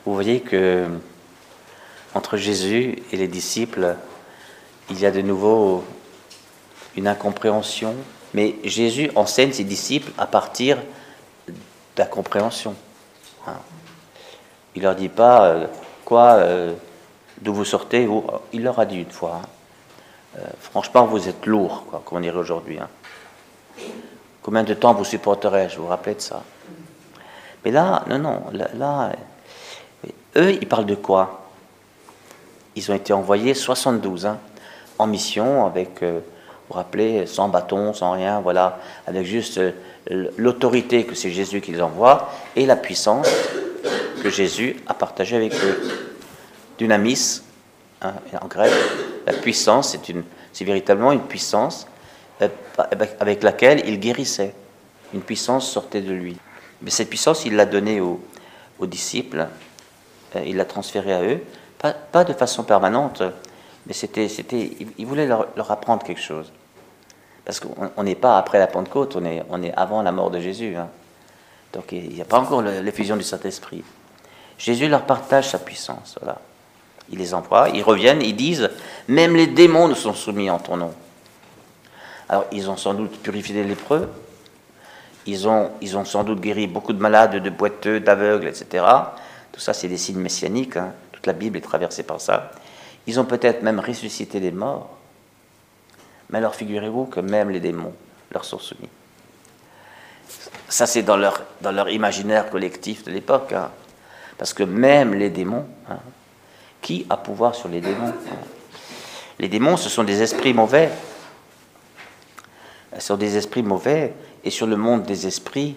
Vous voyez que entre Jésus et les disciples, il y a de nouveau une incompréhension, mais Jésus enseigne ses disciples à partir de la compréhension. Il leur dit pas d'où vous sortez. Il leur a dit une fois, franchement, vous êtes lourds, comme on dirait aujourd'hui. Combien de temps vous supporterez-je? Vous vous rappelez de ça? Mais là, non, là, eux, ils parlent de quoi? Ils ont été envoyés 72 en mission avec, vous vous rappelez, sans bâton, sans rien, voilà, avec juste l'autorité que c'est Jésus qui les envoie et la puissance que Jésus a partagée avec eux. Dynamis, en grec, la puissance, c'est véritablement une puissance avec laquelle il guérissait. Une puissance sortait de lui. Mais cette puissance, il l'a donnée aux disciples, il l'a transférée à eux, pas de façon permanente, mais il voulait leur apprendre quelque chose. Parce qu'on n'est pas après la Pentecôte, on est avant la mort de Jésus. Donc il n'y a pas encore l'effusion du Saint-Esprit. Jésus leur partage sa puissance, voilà. Il les envoie, ils reviennent, ils disent « Même les démons nous sont soumis en ton nom ». Alors ils ont sans doute purifié les lépreux, ils ont sans doute guéri beaucoup de malades, de boiteux, d'aveugles, etc. Tout ça, c'est des signes messianiques, toute la Bible est traversée par ça. Ils ont peut-être même ressuscité les morts. Mais alors figurez-vous que même les démons leur sont soumis. Ça, c'est dans leur imaginaire collectif de l'époque. Parce que même les démons, qui a pouvoir sur les démons? Les démons, ce sont des esprits mauvais. Ce sont des esprits mauvais. Et sur le monde des esprits,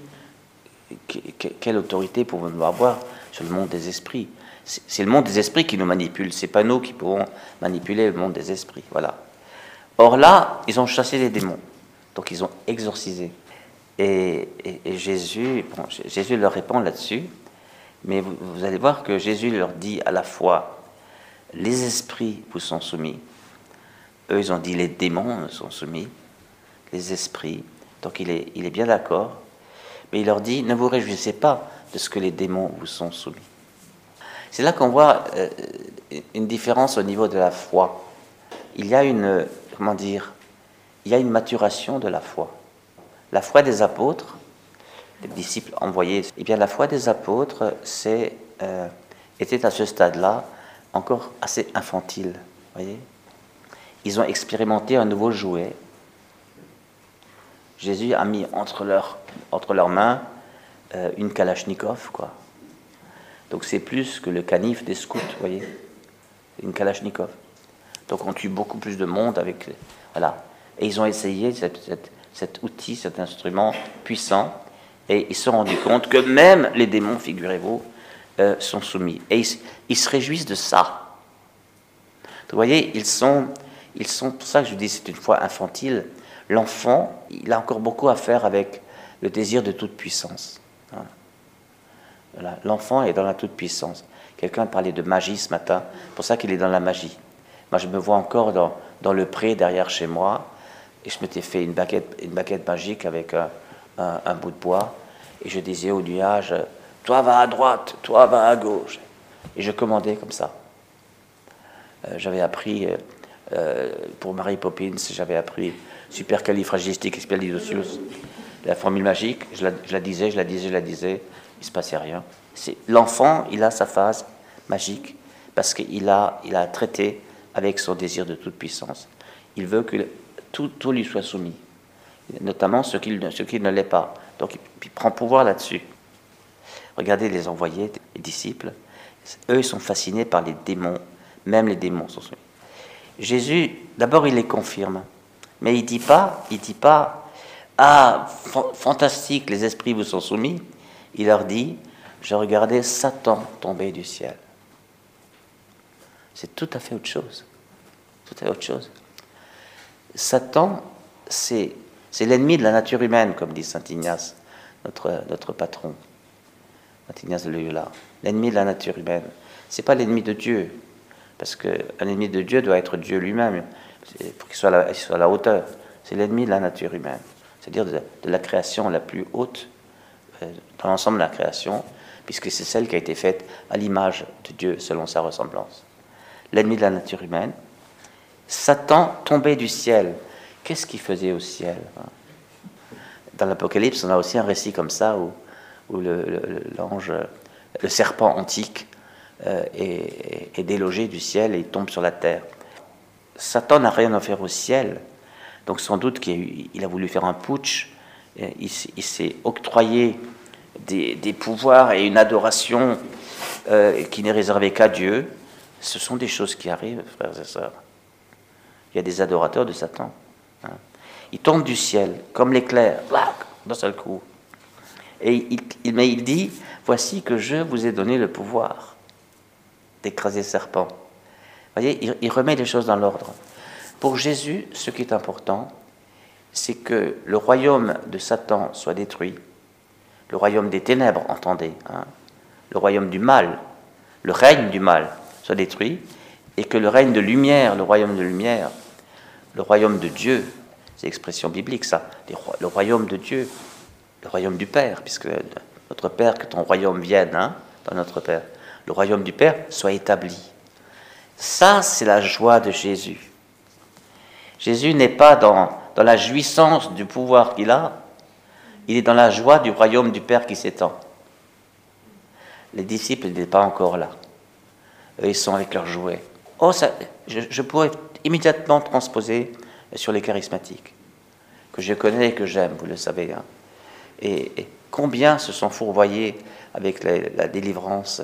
quelle autorité pouvons-nous avoir sur le monde des esprits? C'est le monde des esprits qui nous manipule. C'est pas nous qui pouvons manipuler le monde des esprits. Voilà. Or là, ils ont chassé les démons. Donc ils ont exorcisé. Et Jésus leur répond là-dessus. Mais vous allez voir que Jésus leur dit à la fois, les esprits vous sont soumis. Eux, ils ont dit, les démons sont soumis. Les esprits. Donc il est bien d'accord. Mais il leur dit, ne vous réjouissez pas de ce que les démons vous sont soumis. C'est là qu'on voit une différence au niveau de la foi. Il y a une maturation de la foi. La foi des apôtres, des disciples envoyés, eh bien la foi des apôtres était à ce stade-là encore assez infantile. Voyez, ils ont expérimenté un nouveau jouet. Jésus a mis entre leurs mains une kalachnikov, quoi. Donc c'est plus que le canif des scouts, vous voyez, une kalachnikov. Donc on tue beaucoup plus de monde avec, voilà. Et ils ont essayé cet outil, cet instrument puissant, et ils se sont rendus compte que même les démons, figurez-vous, sont soumis. Et ils se réjouissent de ça. Donc, vous voyez, ils sont, pour ça que je dis c'est une foi infantile. L'enfant, il a encore beaucoup à faire avec le désir de toute puissance. Voilà. L'enfant est dans la toute puissance. Quelqu'un parlait de magie ce matin, c'est pour ça qu'il est dans la magie. Moi, je me vois encore dans le pré derrière chez moi, et je m'étais fait une baguette magique avec un bout de bois, et je disais au nuage, toi va à droite, toi va à gauche. Et je commandais comme ça. J'avais appris, pour Mary Poppins, j'avais appris supercalifragilisticexpialidocious, la formule magique, je la disais, il ne se passait rien. L'enfant, il a sa phase magique, parce qu'il a traité avec son désir de toute puissance. Il veut que tout lui soit soumis, notamment ce qui ne l'est pas. Donc il prend pouvoir là-dessus. Regardez les envoyés, les disciples, eux ils sont fascinés par les démons, même les démons sont soumis. Jésus, d'abord il les confirme, mais il dit pas, ah, fantastique, les esprits vous sont soumis. Il leur dit, je regardais Satan tomber du ciel. C'est tout à fait autre chose. Tout à fait autre chose. Satan, c'est l'ennemi de la nature humaine, comme dit saint Ignace, notre patron, saint Ignace de Loyola. L'ennemi de la nature humaine. C'est pas l'ennemi de Dieu, parce qu'un ennemi de Dieu doit être Dieu lui-même, pour qu'il soit à la hauteur. C'est l'ennemi de la nature humaine, c'est-à-dire de la création la plus haute, dans l'ensemble de la création. puisque c'est celle qui a été faite à l'image de Dieu selon sa ressemblance. L'ennemi de la nature humaine, Satan tombé du ciel. Qu'est-ce qu'il faisait au ciel? Dans l'Apocalypse, on a aussi un récit comme ça où l'ange, le serpent antique, est délogé du ciel et il tombe sur la terre. Satan n'a rien à faire au ciel, donc sans doute qu'il a voulu faire un putsch, il s'est octroyé des pouvoirs et une adoration qui n'est réservée qu'à Dieu. Ce sont des choses qui arrivent, frères et sœurs. Il y a des adorateurs de Satan. Il tombe du ciel, comme l'éclair, d'un seul coup. Et mais il dit, voici que je vous ai donné le pouvoir d'écraser le serpent. Vous voyez, il remet les choses dans l'ordre. Pour Jésus, ce qui est important, c'est que le royaume de Satan soit détruit, le royaume des ténèbres, entendez, le royaume du mal, le règne du mal soit détruit, et que le règne de lumière, le royaume de lumière, le royaume de Dieu, c'est l'expression biblique ça, le royaume de Dieu, le royaume du Père, puisque notre Père, que ton royaume vienne, dans notre Père, le royaume du Père soit établi. Ça, c'est la joie de Jésus. Jésus n'est pas dans la jouissance du pouvoir qu'il a, il est dans la joie du royaume du Père qui s'étend. Les disciples n'étaient pas encore là. Eux, ils sont avec leurs jouets. Oh, ça, je pourrais immédiatement transposer sur les charismatiques, que je connais et que j'aime, vous le savez. Et combien se sont fourvoyés avec la délivrance,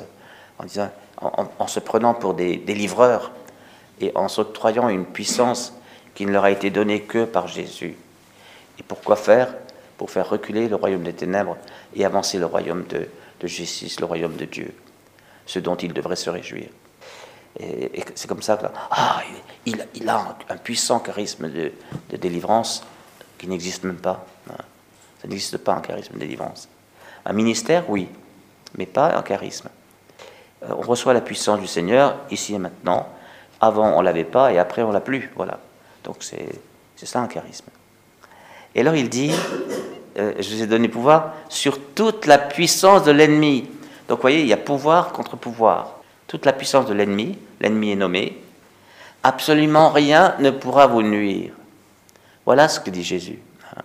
en se prenant pour des livreurs et en s'octroyant une puissance qui ne leur a été donnée que par Jésus. Et pourquoi faire? Pour faire reculer le royaume des ténèbres et avancer le royaume de justice, le royaume de Dieu, ce dont ils devraient se réjouir. Et c'est comme ça qu'il a un puissant charisme de délivrance qui n'existe même pas. Ça n'existe pas un charisme de délivrance. Un ministère, oui, mais pas un charisme. On reçoit la puissance du Seigneur ici et maintenant. Avant, on ne l'avait pas et après, on ne l'a plus. Voilà. Donc, c'est ça un charisme. Et alors, il dit, je vous ai donné pouvoir sur toute la puissance de l'ennemi. Donc, vous voyez, il y a pouvoir contre pouvoir. Toute la puissance de l'ennemi est nommé. Absolument rien ne pourra vous nuire. Voilà ce que dit Jésus.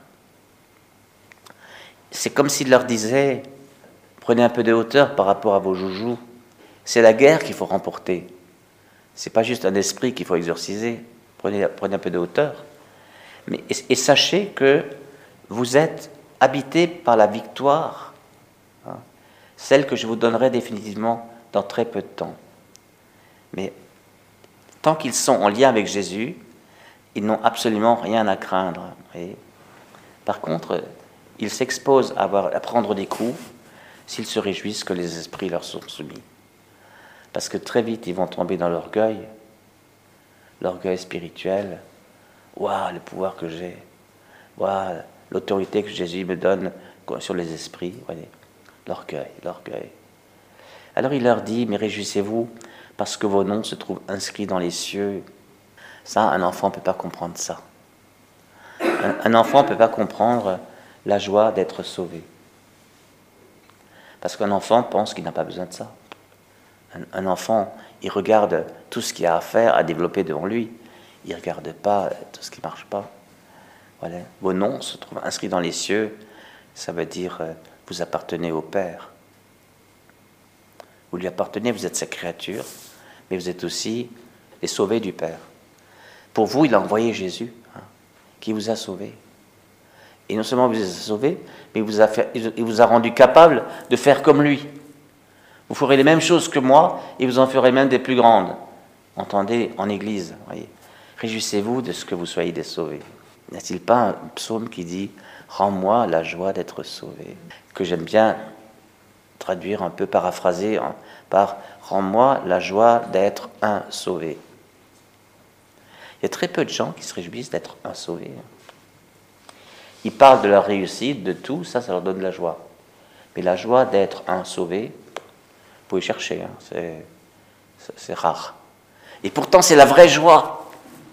C'est comme s'il leur disait, prenez un peu de hauteur par rapport à vos joujoux. C'est la guerre qu'il faut remporter. C'est pas juste un esprit qu'il faut exorciser. Prenez un peu de hauteur. Et sachez que vous êtes habités par la victoire, celle que je vous donnerai définitivement dans très peu de temps. Mais tant qu'ils sont en lien avec Jésus, ils n'ont absolument rien à craindre. Voyez. Par contre, ils s'exposent à prendre des coups s'ils se réjouissent que les esprits leur sont soumis. Parce que très vite, ils vont tomber dans l'orgueil spirituel. Waouh, le pouvoir que j'ai. Waouh, l'autorité que Jésus me donne sur les esprits. Voyez. L'orgueil. Alors il leur dit, mais réjouissez-vous parce que vos noms se trouvent inscrits dans les cieux. Ça, un enfant ne peut pas comprendre ça. Un enfant ne peut pas comprendre la joie d'être sauvé. Parce qu'un enfant pense qu'il n'a pas besoin de ça. Un enfant, il regarde tout ce qu'il y a à faire, à développer devant lui. Il ne regarde pas tout ce qui ne marche pas. Voilà. Vos noms se trouvent inscrits dans les cieux. Ça veut dire, vous appartenez au Père. Vous lui appartenez, vous êtes sa créature, mais vous êtes aussi les sauvés du Père. Pour vous, il a envoyé Jésus, qui vous a sauvés. Et non seulement vous êtes sauvés, mais il vous a rendu capable de faire comme lui. Vous ferez les mêmes choses que moi, et vous en ferez même des plus grandes. Entendez, en Église, voyez. Réjouissez-vous de ce que vous soyez des sauvés. N'y a-t-il pas un psaume qui dit « Rends-moi la joie d'être sauvé » que j'aime bien traduire un peu, paraphraser par « Rends-moi la joie d'être un sauvé ». Il y a très peu de gens qui se réjouissent d'être un sauvé. Ils parlent de leur réussite, de tout, ça leur donne de la joie. Mais la joie d'être un sauvé, vous pouvez chercher, c'est rare. Et pourtant, c'est la vraie joie.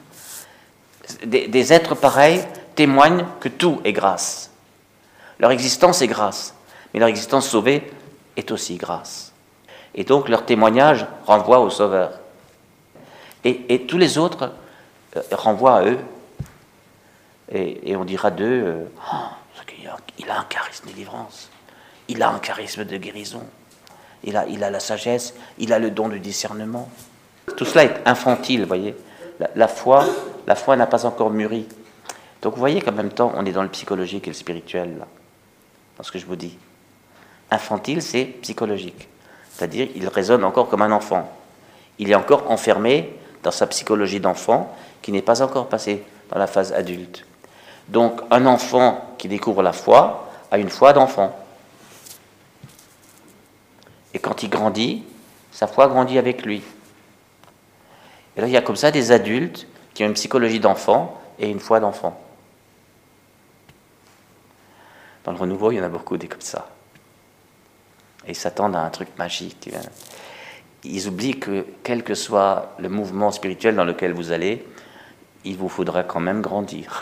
Des êtres pareils témoignent que tout est grâce. Leur existence est grâce, mais leur existence sauvée est aussi grâce. Et donc leur témoignage renvoie au Sauveur. Et tous les autres renvoient à eux. Et on dira d'eux, il a un charisme de délivrance, il a un charisme de guérison, il a la sagesse, il a le don du discernement. Tout cela est infantile, vous voyez. La foi n'a pas encore mûri. Donc vous voyez qu'en même temps, on est dans le psychologique et le spirituel, là, dans ce que je vous dis. Infantile, c'est psychologique. C'est-à-dire, il raisonne encore comme un enfant. Il est encore enfermé dans sa psychologie d'enfant qui n'est pas encore passé dans la phase adulte. Donc, un enfant qui découvre la foi a une foi d'enfant. Et quand il grandit, sa foi grandit avec lui. Et là, il y a comme ça des adultes qui ont une psychologie d'enfant et une foi d'enfant. Dans le renouveau, il y en a beaucoup des comme ça. Et ils s'attendent à un truc magique. Ils oublient que, quel que soit le mouvement spirituel dans lequel vous allez, il vous faudra quand même grandir.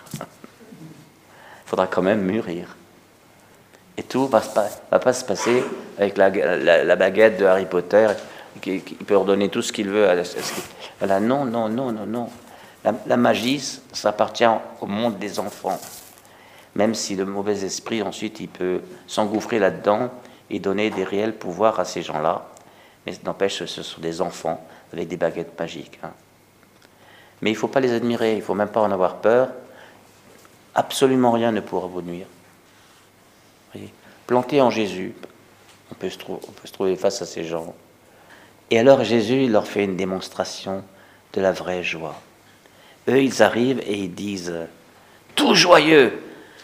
Il faudra quand même mûrir. Et tout va pas se passer avec la baguette de Harry Potter qui peut ordonner tout ce qu'il veut. Voilà, non. La magie, ça appartient au monde des enfants. Même si le mauvais esprit, ensuite, il peut s'engouffrer là-dedans et donner des réels pouvoirs à ces gens-là. Mais n'empêche, ce sont des enfants avec des baguettes magiques. Hein. Mais il ne faut pas les admirer, il ne faut même pas en avoir peur. Absolument rien ne pourra vous nuire. Voyez, planté en Jésus, on peut se trouver face à ces gens. Et alors Jésus, il leur fait une démonstration de la vraie joie. Eux, ils arrivent et ils disent, tout joyeux,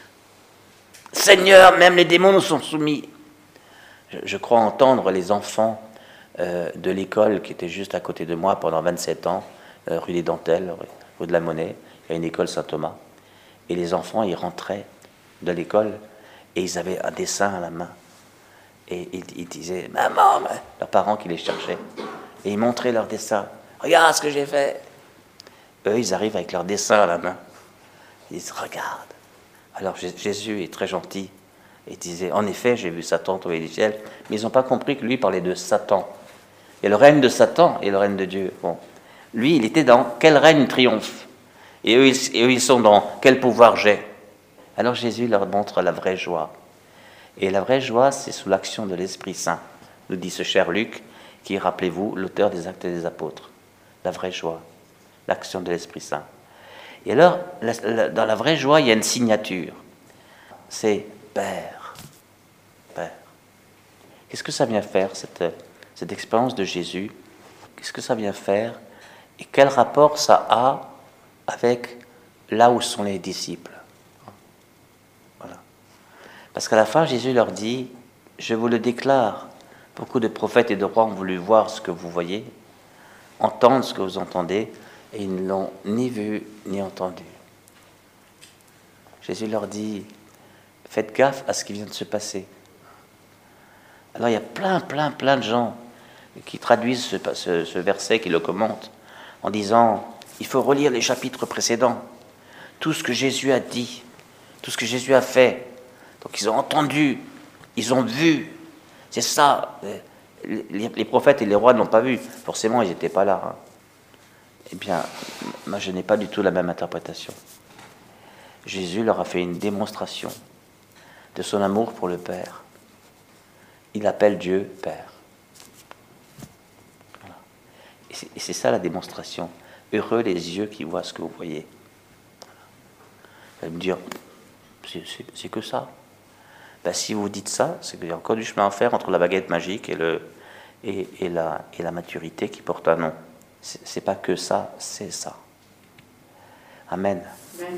Seigneur, même les démons nous sont soumis. Je crois entendre les enfants de l'école qui était juste à côté de moi pendant 27 ans, rue des Dentelles, rue de la Monnaie, il y a une école Saint-Thomas. Et les enfants, ils rentraient de l'école et ils avaient un dessin à la main. Et ils disaient, maman, leurs parents qui les cherchaient. Et ils montraient leur dessin. Regarde ce que j'ai fait. Eux, ils arrivent avec leur dessin à la main. Ils disent, regarde. Alors Jésus est très gentil. Et disait, en effet, j'ai vu Satan tomber du ciel. Mais ils n'ont pas compris que lui parlait de Satan. Et le règne de Satan et le règne de Dieu. Bon. Lui, il était dans quel règne triomphe. Et eux, ils sont dans quel pouvoir j'ai. Alors Jésus leur montre la vraie joie. Et la vraie joie, c'est sous l'action de l'Esprit Saint, nous dit ce cher Luc, qui est, rappelez-vous, l'auteur des Actes des Apôtres. La vraie joie, l'action de l'Esprit Saint. Et alors, dans la vraie joie, il y a une signature. C'est Père. Père. Qu'est-ce que ça vient faire, cette expérience de Jésus? Qu'est-ce que ça vient faire? Et quel rapport ça a avec là où sont les disciples? Voilà. Parce qu'à la fin, Jésus leur dit, je vous le déclare, beaucoup de prophètes et de rois ont voulu voir ce que vous voyez, entendre ce que vous entendez, et ils ne l'ont ni vu ni entendu. Jésus leur dit, faites gaffe à ce qui vient de se passer. Alors il y a plein de gens qui traduisent ce verset, qui le commentent, en disant, il faut relire les chapitres précédents, tout ce que Jésus a dit, tout ce que Jésus a fait. Donc ils ont entendu, ils ont vu, c'est ça. Les prophètes et les rois ne l'ont pas vu, forcément ils n'étaient pas là. Hein. Eh bien, moi je n'ai pas du tout la même interprétation. Jésus leur a fait une démonstration de son amour pour le Père. Il appelle Dieu Père. Voilà. Et c'est ça la démonstration. Heureux les yeux qui voient ce que vous voyez. Vous allez me dire, c'est que ça. Ben, si vous dites ça, c'est qu'il y a encore du chemin à faire entre la baguette magique et la maturité qui porte un nom. C'est pas que ça, c'est ça. Amen.